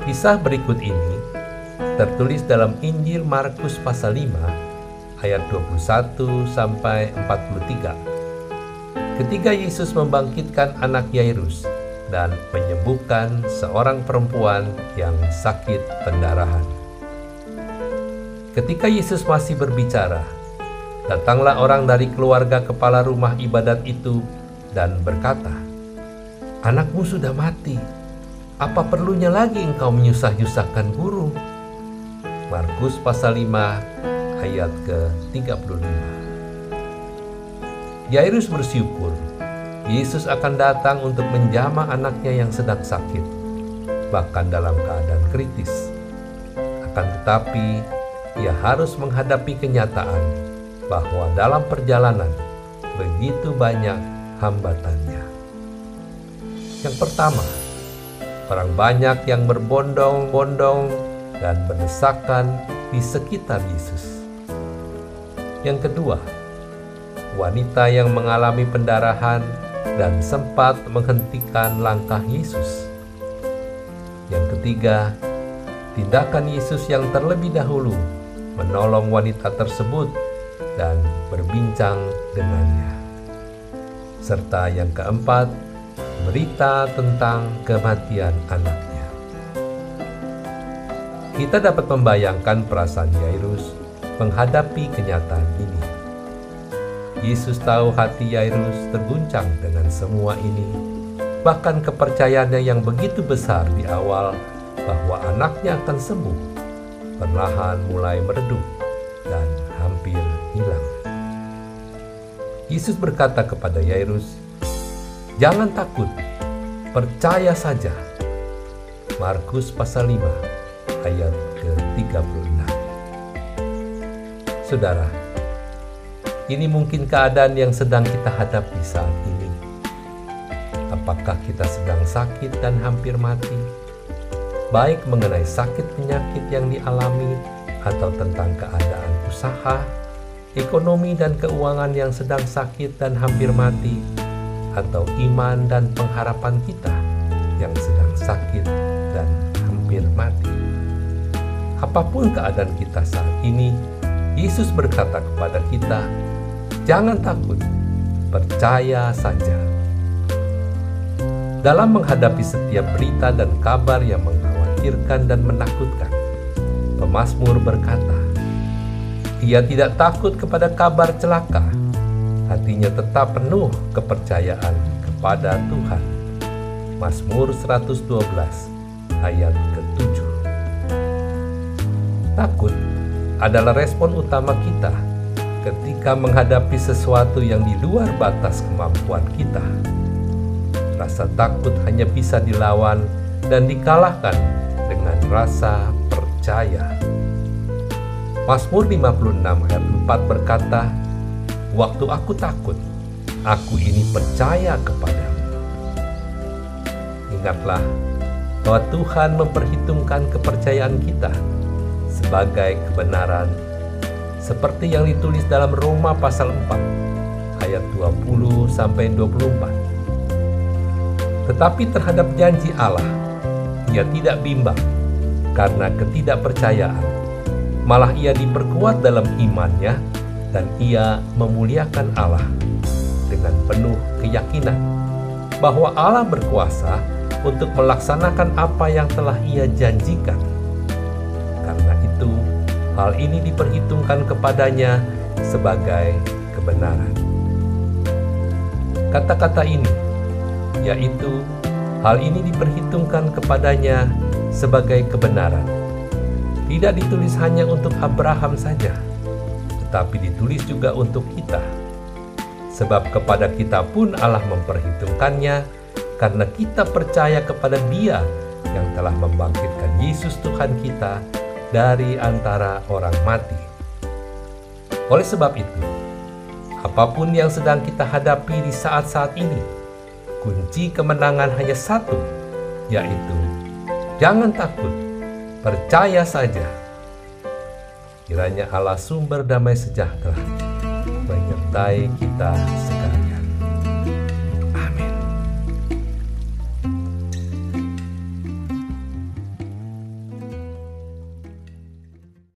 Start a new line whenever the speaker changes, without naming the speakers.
Kisah berikut ini tertulis dalam Injil Markus pasal 5 ayat 21 sampai 43. Ketika Yesus membangkitkan anak Yairus dan menyembuhkan seorang perempuan yang sakit pendarahan. Ketika Yesus masih berbicara, datanglah orang dari keluarga kepala rumah ibadat itu dan berkata, "Anakmu sudah mati. Apa perlunya lagi engkau menyusah-nyusahkan guru?" Markus pasal 5 ayat ke-35. Yairus bersyukur Yesus akan datang untuk menjamah anaknya yang sedang sakit, bahkan dalam keadaan kritis. Akan tetapi, ia harus menghadapi kenyataan bahwa dalam perjalanan begitu banyak hambatannya. Yang pertama, orang banyak yang berbondong-bondong dan berdesakan di sekitar Yesus. Yang kedua, wanita yang mengalami pendarahan dan sempat menghentikan langkah Yesus. Yang ketiga, tindakan Yesus yang terlebih dahulu menolong wanita tersebut dan berbincang dengannya. Serta yang keempat, berita tentang kematian anaknya. Kita dapat membayangkan perasaan Yairus menghadapi kenyataan ini. Yesus tahu hati Yairus terguncang dengan semua ini, bahkan kepercayaannya yang begitu besar di awal bahwa anaknya akan sembuh, perlahan mulai meredup dan hampir hilang. Yesus berkata kepada Yairus, "Jangan takut, percaya saja." Markus pasal 5 ayat ke-36. Saudara, ini mungkin keadaan yang sedang kita hadapi saat ini. Apakah kita sedang sakit dan hampir mati? Baik mengenai sakit penyakit yang dialami atau tentang keadaan usaha, ekonomi dan keuangan yang sedang sakit dan hampir mati, atau iman dan pengharapan kita yang sedang sakit dan hampir mati. Apapun keadaan kita saat ini, Yesus berkata kepada kita, "Jangan takut, percaya saja." Dalam menghadapi setiap berita dan kabar yang mengkhawatirkan dan menakutkan, pemazmur berkata, ia tidak takut kepada kabar celaka, hatinya tetap penuh kepercayaan kepada Tuhan. Mazmur 112 ayat ke-7. Takut adalah respon utama kita ketika menghadapi sesuatu yang di luar batas kemampuan kita. Rasa takut hanya bisa dilawan dan dikalahkan dengan rasa percaya. Mazmur 56 ayat 4 berkata, "Waktu aku takut, aku ini percaya kepadamu." Ingatlah bahwa Tuhan memperhitungkan kepercayaan kita sebagai kebenaran, seperti yang ditulis dalam Roma pasal 4 ayat 20-24. Tetapi terhadap janji Allah, ia tidak bimbang karena ketidakpercayaan. Malah ia diperkuat dalam imannya dan ia memuliakan Allah dengan penuh keyakinan bahwa Allah berkuasa untuk melaksanakan apa yang telah ia janjikan. Karena itu, hal ini diperhitungkan kepadanya sebagai kebenaran. Kata-kata ini, yaitu hal ini diperhitungkan kepadanya sebagai kebenaran, tidak ditulis hanya untuk Abraham saja, tetapi ditulis juga untuk kita. Sebab kepada kita pun Allah memperhitungkannya, karena kita percaya kepada Dia yang telah membangkitkan Yesus Tuhan kita dari antara orang mati. Oleh sebab itu, apapun yang sedang kita hadapi di saat-saat ini, kunci kemenangan hanya satu, yaitu jangan takut, percaya saja. Kiranya Allah sumber damai sejahtera menyertai kita sekarang.